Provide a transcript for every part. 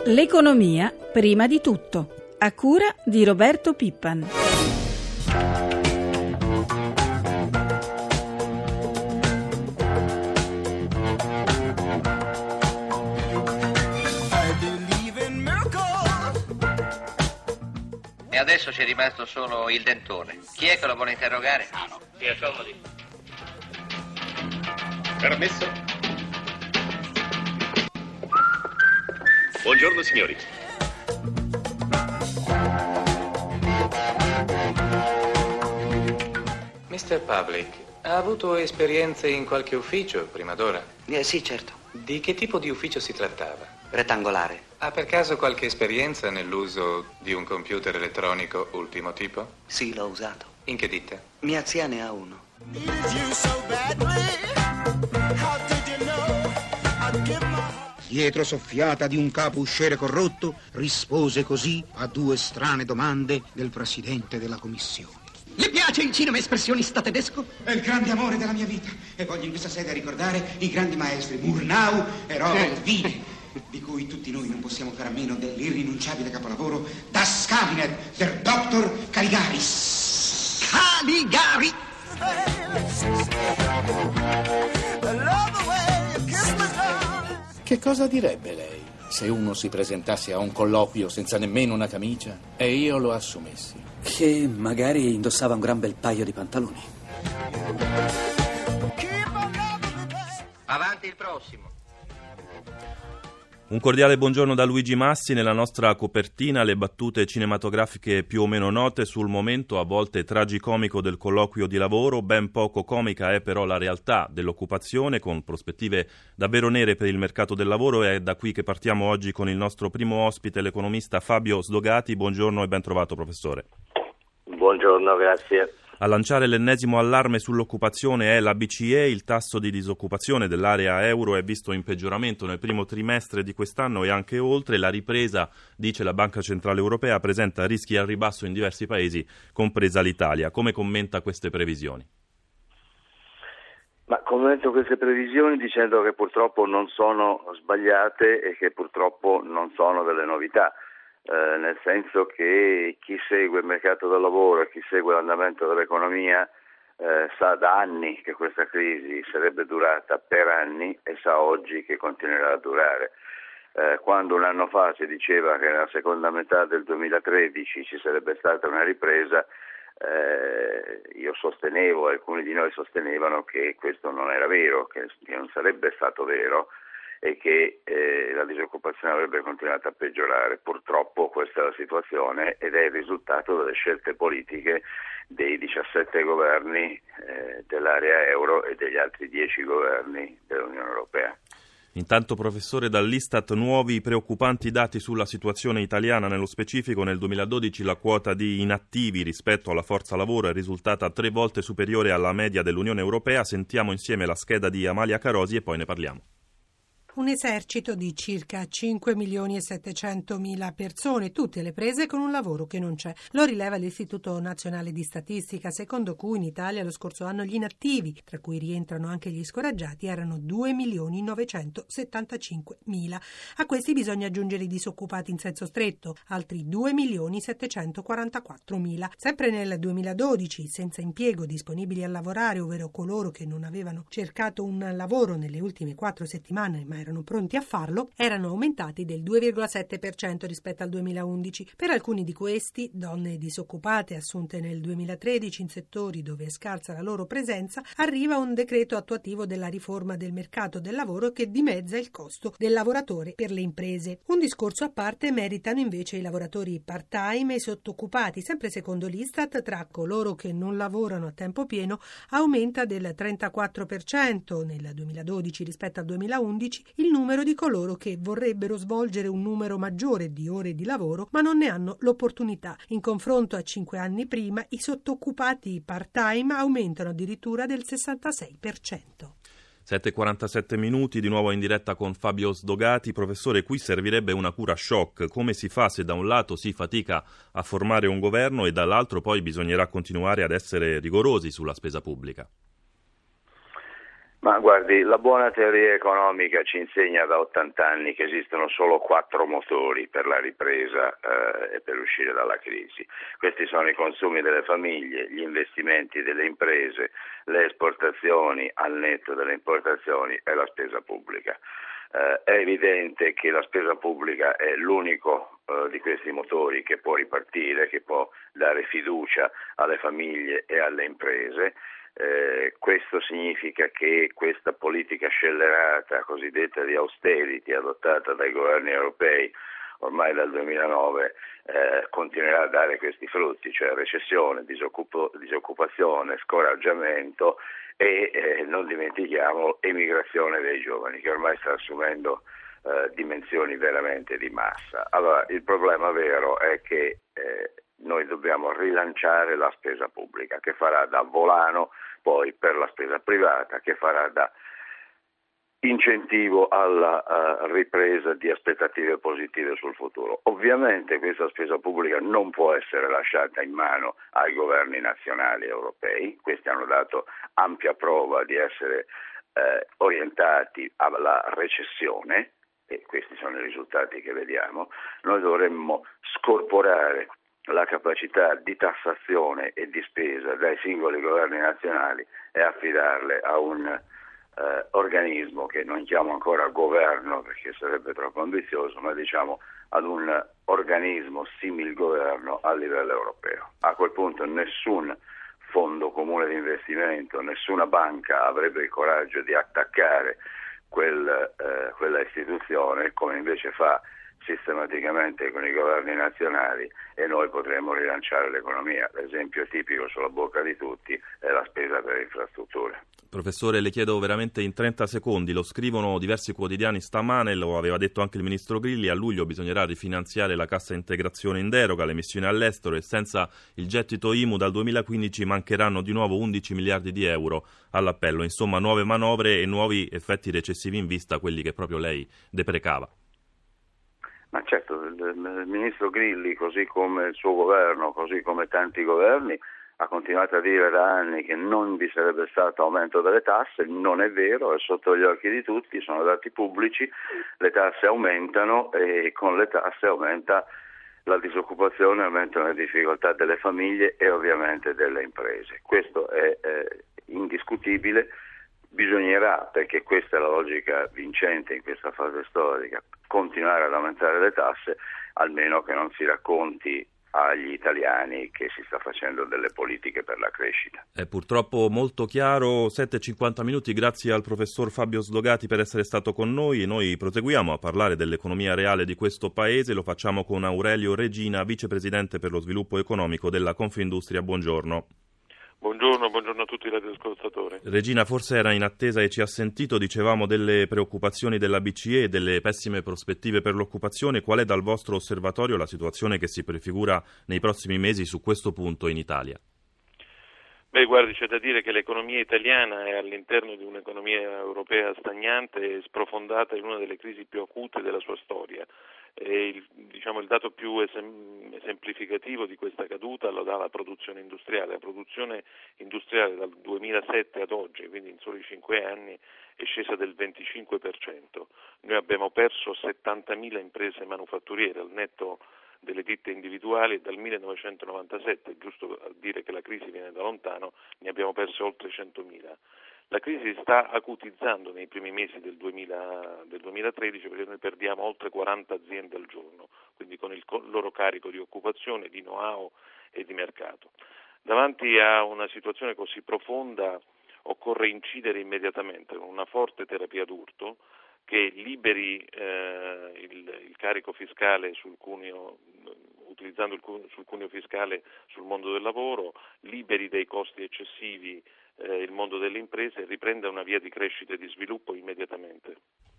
L'economia prima di tutto, a cura di Roberto Pippan. E adesso c'è rimasto solo il dentone. Chi è che lo vuole interrogare? No. Si accomodi. Permesso? Buongiorno signori. Mr. Pavlik, ha avuto esperienze in qualche ufficio prima d'ora? Sì, certo. Di che tipo di ufficio si trattava? Rettangolare. Ha per caso qualche esperienza nell'uso di un computer elettronico ultimo tipo? Sì, l'ho usato. In che ditta? Mia zia ne ha uno. Dietro soffiata di un capo usciere corrotto, rispose così a due strane domande del presidente della commissione. Le piace il cinema espressionista tedesco? È il grande amore della mia vita e voglio in questa sede ricordare i grandi maestri Murnau e Robert Wiene, di cui tutti noi non possiamo fare a meno dell'irrinunciabile capolavoro Das Kabinett der Dr. Caligaris. Caligari! Che cosa direbbe lei se uno si presentasse a un colloquio senza nemmeno una camicia e io lo assumessi? Che magari indossava un gran bel paio di pantaloni. Avanti il prossimo. Un cordiale buongiorno da Luigi Massi. Nella nostra copertina le battute cinematografiche più o meno note, sul momento a volte tragicomico del colloquio di lavoro. Ben poco comica è però la realtà dell'occupazione, con prospettive davvero nere per il mercato del lavoro. È da qui che partiamo oggi con il nostro primo ospite, l'economista Fabio Sdogati. Buongiorno e ben trovato, professore. Buongiorno, grazie. A lanciare l'ennesimo allarme sull'occupazione è la BCE. Il tasso di disoccupazione dell'area euro è visto in peggioramento nel primo trimestre di quest'anno e anche oltre. La ripresa, dice la Banca Centrale Europea, presenta rischi al ribasso in diversi paesi, compresa l'Italia. Come commenta queste previsioni? Ma commento queste previsioni dicendo che purtroppo non sono sbagliate e che purtroppo non sono delle novità. Nel senso che chi segue il mercato del lavoro e chi segue l'andamento dell'economia sa da anni che questa crisi sarebbe durata per anni e sa oggi che continuerà a durare. Quando un anno fa si diceva che nella seconda metà del 2013 ci sarebbe stata una ripresa, io sostenevo, alcuni di noi sostenevano che questo non era vero, che non sarebbe stato vero e che la disoccupazione avrebbe continuato a peggiorare. Purtroppo questa è la situazione ed è il risultato delle scelte politiche dei 17 governi dell'area euro e degli altri 10 governi dell'Unione Europea. Intanto, professore, dall'Istat nuovi preoccupanti dati sulla situazione italiana. Nello specifico, nel 2012 la quota di inattivi rispetto alla forza lavoro è risultata 3 volte superiore alla media dell'Unione Europea. Sentiamo insieme la scheda di Amalia Carosi e poi ne parliamo. Un esercito di circa 5.700.000 persone, tutte le prese con un lavoro che non c'è. Lo rileva l'Istituto Nazionale di Statistica, secondo cui in Italia lo scorso anno gli inattivi, tra cui rientrano anche gli scoraggiati, erano 2.975.000. A questi bisogna aggiungere i disoccupati in senso stretto, altri 2.744.000. Sempre nel 2012, senza impiego disponibili a lavorare, ovvero coloro che non avevano cercato un lavoro nelle ultime 4 settimane ma erano pronti a farlo, erano aumentati del 2,7% rispetto al 2011. Per alcuni di questi, donne disoccupate assunte nel 2013 in settori dove è scarsa la loro presenza, arriva un decreto attuativo della riforma del mercato del lavoro che dimezza il costo del lavoratore per le imprese. Un discorso a parte meritano invece i lavoratori part-time e i sottoccupati. Sempre secondo l'Istat, tra coloro che non lavorano a tempo pieno aumenta del 34% nel 2012 rispetto al 2011 il numero di coloro che vorrebbero svolgere un numero maggiore di ore di lavoro ma non ne hanno l'opportunità. In confronto a 5 anni prima, i sottoccupati part-time aumentano addirittura del 66%. 7:47 minuti, di nuovo in diretta con Fabio Sdogati. Professore, qui servirebbe una cura shock. Come si fa se da un lato si fatica a formare un governo e dall'altro poi bisognerà continuare ad essere rigorosi sulla spesa pubblica? Ma guardi, la buona teoria economica ci insegna da 80 anni che esistono solo 4 motori per la ripresa e per uscire dalla crisi. Questi sono i consumi delle famiglie, gli investimenti delle imprese, le esportazioni al netto delle importazioni e la spesa pubblica. È evidente che la spesa pubblica è l'unico di questi motori che può ripartire, che può dare fiducia alle famiglie e alle imprese. Questo significa che questa politica scellerata, cosiddetta di austerity, adottata dai governi europei ormai dal 2009, continuerà a dare questi frutti, cioè recessione, disoccupazione, scoraggiamento e non dimentichiamo emigrazione dei giovani, che ormai sta assumendo dimensioni veramente di massa. Allora, il problema vero è che noi dobbiamo rilanciare la spesa pubblica, che farà da volano poi per la spesa privata, che farà da incentivo alla ripresa di aspettative positive sul futuro. Ovviamente questa spesa pubblica non può essere lasciata in mano ai governi nazionali e europei. Questi hanno dato ampia prova di essere orientati alla recessione e questi sono i risultati che vediamo. Noi dovremmo scorporare la capacità di tassazione e di spesa dai singoli governi nazionali e affidarle a un organismo che non chiamo ancora governo perché sarebbe troppo ambizioso, ma diciamo ad un organismo simil governo a livello europeo. A quel punto nessun fondo comune di investimento, nessuna banca avrebbe il coraggio di attaccare quella istituzione, come invece fa sistematicamente con i governi nazionali, e noi potremo rilanciare l'economia. L'esempio tipico sulla bocca di tutti è la spesa per infrastrutture. Professore, le chiedo veramente in 30 secondi, lo scrivono diversi quotidiani stamane, lo aveva detto anche il ministro Grilli, a luglio bisognerà rifinanziare la cassa integrazione in deroga, le missioni all'estero e senza il gettito IMU dal 2015 mancheranno di nuovo 11 miliardi di euro all'appello, insomma nuove manovre e nuovi effetti recessivi in vista, quelli che proprio lei deprecava. Ma certo, il ministro Grilli, così come il suo governo, così come tanti governi, ha continuato a dire da anni che non vi sarebbe stato aumento delle tasse. Non è vero, è sotto gli occhi di tutti, sono dati pubblici, le tasse aumentano e con le tasse aumenta la disoccupazione, aumentano le difficoltà delle famiglie e ovviamente delle imprese. Questo è indiscutibile. Bisognerà, perché questa è la logica vincente in questa fase storica, continuare ad aumentare le tasse, almeno che non si racconti agli italiani che si sta facendo delle politiche per la crescita. È purtroppo molto chiaro, 7:50 minuti, grazie al professor Fabio Sdogati per essere stato con noi. Noi proseguiamo a parlare dell'economia reale di questo paese, lo facciamo con Aurelio Regina, vicepresidente per lo sviluppo economico della Confindustria. Buongiorno. Buongiorno a tutti i radioascoltatori. Regina, forse era in attesa e ci ha sentito, dicevamo delle preoccupazioni della BCE, delle pessime prospettive per l'occupazione. Qual è dal vostro osservatorio la situazione che si prefigura nei prossimi mesi su questo punto in Italia? Beh, guardi, c'è da dire che l'economia italiana è all'interno di un'economia europea stagnante e sprofondata in una delle crisi più acute della sua storia. E il dato più esemplificativo di questa caduta lo dà la produzione industriale. La produzione industriale dal 2007 ad oggi, quindi in soli 5 anni, è scesa del 25%. Noi abbiamo perso 70.000 imprese manufatturiere al netto delle ditte individuali e dal 1997, giusto a dire che la crisi viene da lontano, ne abbiamo perse oltre 100.000. La crisi sta acutizzando nei primi mesi del 2013 perché noi perdiamo oltre 40 aziende al giorno, quindi con il loro carico di occupazione, di know-how e di mercato. Davanti a una situazione così profonda occorre incidere immediatamente con una forte terapia d'urto che liberi il carico fiscale sul cuneo, utilizzando sul cuneo fiscale sul mondo del lavoro, liberi dai costi eccessivi il mondo delle imprese e riprenda una via di crescita e di sviluppo immediatamente.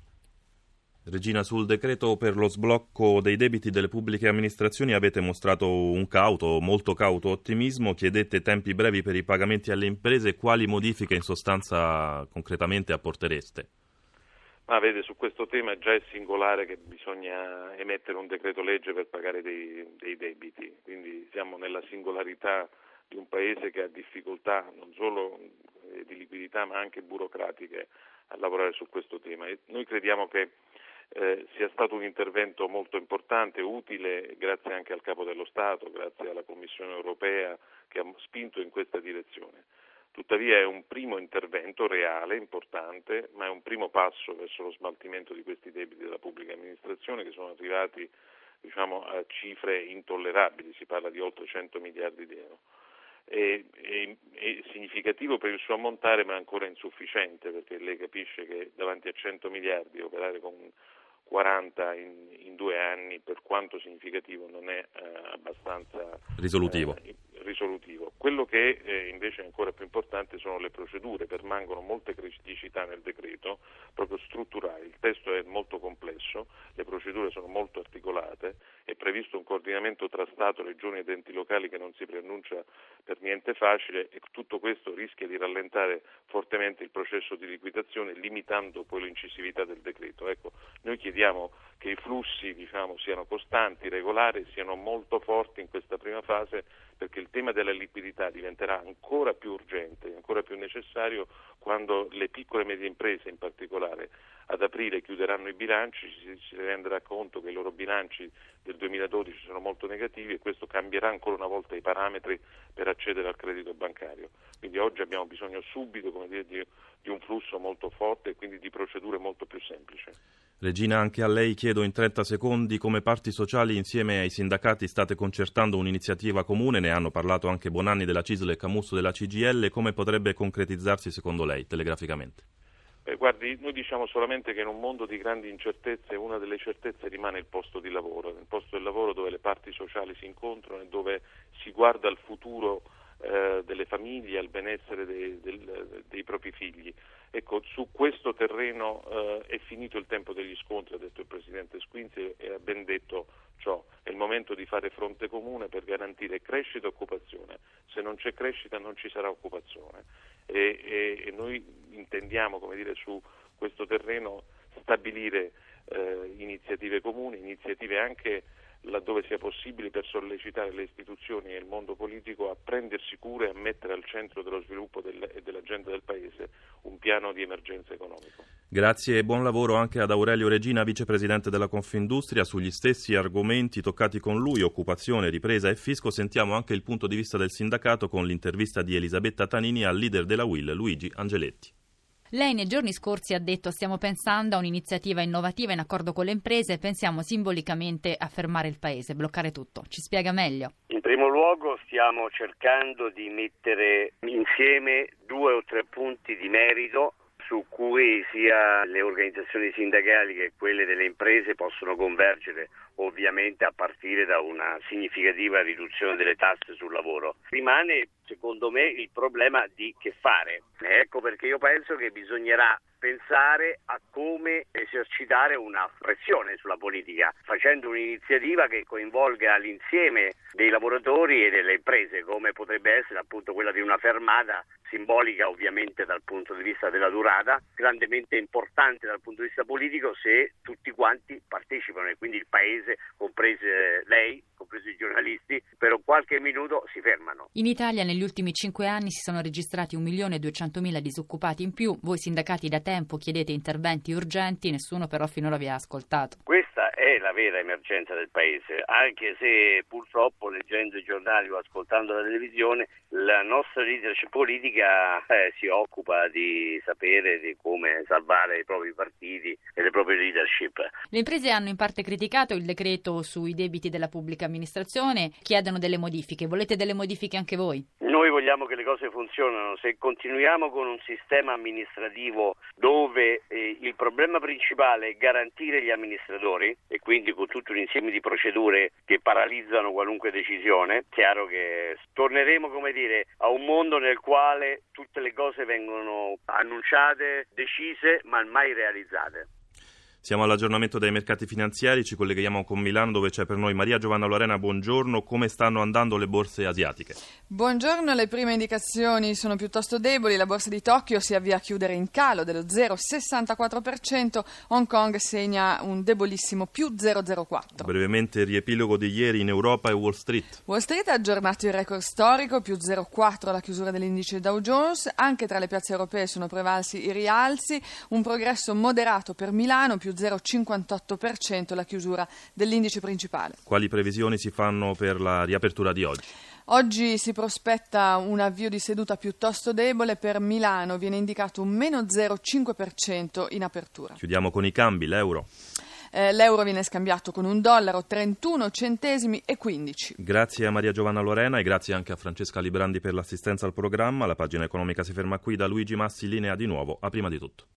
Regina, sul decreto per lo sblocco dei debiti delle pubbliche amministrazioni avete mostrato un molto cauto ottimismo, chiedete tempi brevi per i pagamenti alle imprese, quali modifiche in sostanza concretamente apportereste? Ma vede, su questo tema già è singolare che bisogna emettere un decreto legge per pagare dei debiti, quindi siamo nella singolarità di un paese che ha difficoltà non solo di liquidità ma anche burocratiche a lavorare su questo tema. E noi crediamo che sia stato un intervento molto importante, utile, grazie anche al Capo dello Stato, grazie alla Commissione europea che ha spinto in questa direzione. Tuttavia è un primo intervento reale, importante, ma è un primo passo verso lo smaltimento di questi debiti della pubblica amministrazione che sono arrivati a cifre intollerabili, si parla di oltre 100 miliardi di euro. È significativo per il suo ammontare ma ancora insufficiente, perché lei capisce che davanti a 100 miliardi operare con 40 in 2 anni, per quanto significativo, non è abbastanza risolutivo. Quello che invece è ancora più importante sono le procedure. Permangono molte criticità nel decreto, proprio strutturali. Il testo è molto complesso, le procedure sono molto articolate, è previsto un coordinamento tra Stato, Regioni ed enti locali che non si preannuncia per niente facile, e tutto questo rischia di rallentare fortemente il processo di liquidazione, limitando poi l'incisività del decreto. Ecco, noi chiediamo che i flussi siano costanti, regolari, siano molto forti in questa prima fase, perché il tema della liquidità diventerà ancora più urgente, ancora più necessario quando le piccole e medie imprese in particolare ad aprile chiuderanno i bilanci, si renderà conto che i loro bilanci del 2012 sono molto negativi e questo cambierà ancora una volta i parametri per accedere al credito bancario. Quindi oggi abbiamo bisogno subito di un flusso molto forte e quindi di procedure molto più semplici. Regina, anche a lei chiedo in 30 secondi come parti sociali insieme ai sindacati state concertando un'iniziativa comune, ne hanno parlato anche Bonanni della CISL e Camusso della CGIL, come potrebbe concretizzarsi secondo lei telegraficamente? Guardi, noi diciamo solamente che in un mondo di grandi incertezze una delle certezze rimane il posto di lavoro, nel posto del lavoro dove le parti sociali si incontrano e dove si guarda al futuro delle famiglie, al benessere dei propri figli. Ecco, su questo terreno è finito il tempo degli scontri, ha detto il Presidente Squinzi, e ha ben detto ciò. È il momento di fare fronte comune per garantire crescita e occupazione. Se non c'è crescita non ci sarà occupazione. E noi intendiamo, su questo terreno stabilire iniziative comuni, iniziative anche laddove sia possibile per le istituzioni e il mondo politico a prendersi cura e a mettere al centro dello sviluppo e dell'agenda del Paese un piano di emergenza economico. Grazie e buon lavoro anche ad Aurelio Regina, vicepresidente della Confindustria. Sugli stessi argomenti toccati con lui, occupazione, ripresa e fisco, sentiamo anche il punto di vista del sindacato con l'intervista di Elisabetta Tanini al leader della UIL, Luigi Angeletti. Lei nei giorni scorsi ha detto: stiamo pensando a un'iniziativa innovativa in accordo con le imprese e pensiamo simbolicamente a fermare il paese, bloccare tutto. Ci spiega meglio? In primo luogo stiamo cercando di mettere insieme 2 o 3 punti di merito su cui sia le organizzazioni sindacali che quelle delle imprese possono convergere, ovviamente a partire da una significativa riduzione delle tasse sul lavoro. Rimane, secondo me, il problema di che fare. Ecco perché io penso che bisognerà pensare a come esercitare una pressione sulla politica, facendo un'iniziativa che coinvolga l'insieme dei lavoratori e delle imprese, come potrebbe essere appunto quella di una fermata simbolica, ovviamente dal punto di vista della durata, grandemente importante dal punto di vista politico se tutti quanti partecipano e quindi il Paese, comprese lei, compresi i giornalisti, per qualche minuto si fermano. In Italia negli ultimi 5 anni si sono registrati 1.200.000 disoccupati in più. Voi sindacati da tempo chiedete interventi urgenti, nessuno però finora vi ha ascoltato. Questa è la vera emergenza del Paese, anche se purtroppo leggendo i giornali o ascoltando la televisione la nostra leadership politica si occupa di sapere di come salvare i propri partiti e le proprie leadership. Le imprese hanno in parte criticato il decreto sui debiti della pubblica amministrazione, chiedono delle modifiche. Volete delle modifiche anche voi? Noi vogliamo che le cose funzionino. Se continuiamo con un sistema amministrativo dove il problema principale è garantire gli amministratori e quindi con tutto un insieme di procedure che paralizzano qualunque decisione, chiaro che torneremo, a un mondo nel quale tutte le cose vengono annunciate, decise, ma mai realizzate. Siamo all'aggiornamento dei mercati finanziari, ci colleghiamo con Milano dove c'è per noi Maria Giovanna Lorena, buongiorno. Come stanno andando le borse asiatiche? Buongiorno, le prime indicazioni sono piuttosto deboli, la borsa di Tokyo si avvia a chiudere in calo dello 0,64%, Hong Kong segna un debolissimo più 0,04%. Brevemente il riepilogo di ieri in Europa e Wall Street. Wall Street ha aggiornato il record storico, più 0,4% alla chiusura dell'indice Dow Jones, anche tra le piazze europee sono prevalsi i rialzi, un progresso moderato per Milano, più 0,58% la chiusura dell'indice principale. Quali previsioni si fanno per la riapertura di oggi? Oggi si prospetta un avvio di seduta piuttosto debole, per Milano viene indicato un meno 0,5% in apertura. Chiudiamo con i cambi, l'euro. L'euro viene scambiato con $1 31 centesimi e 15. Grazie a Maria Giovanna Lorena e grazie anche a Francesca Librandi per l'assistenza al programma. La pagina economica si ferma qui, da Luigi Massi linea di nuovo a Prima di Tutto.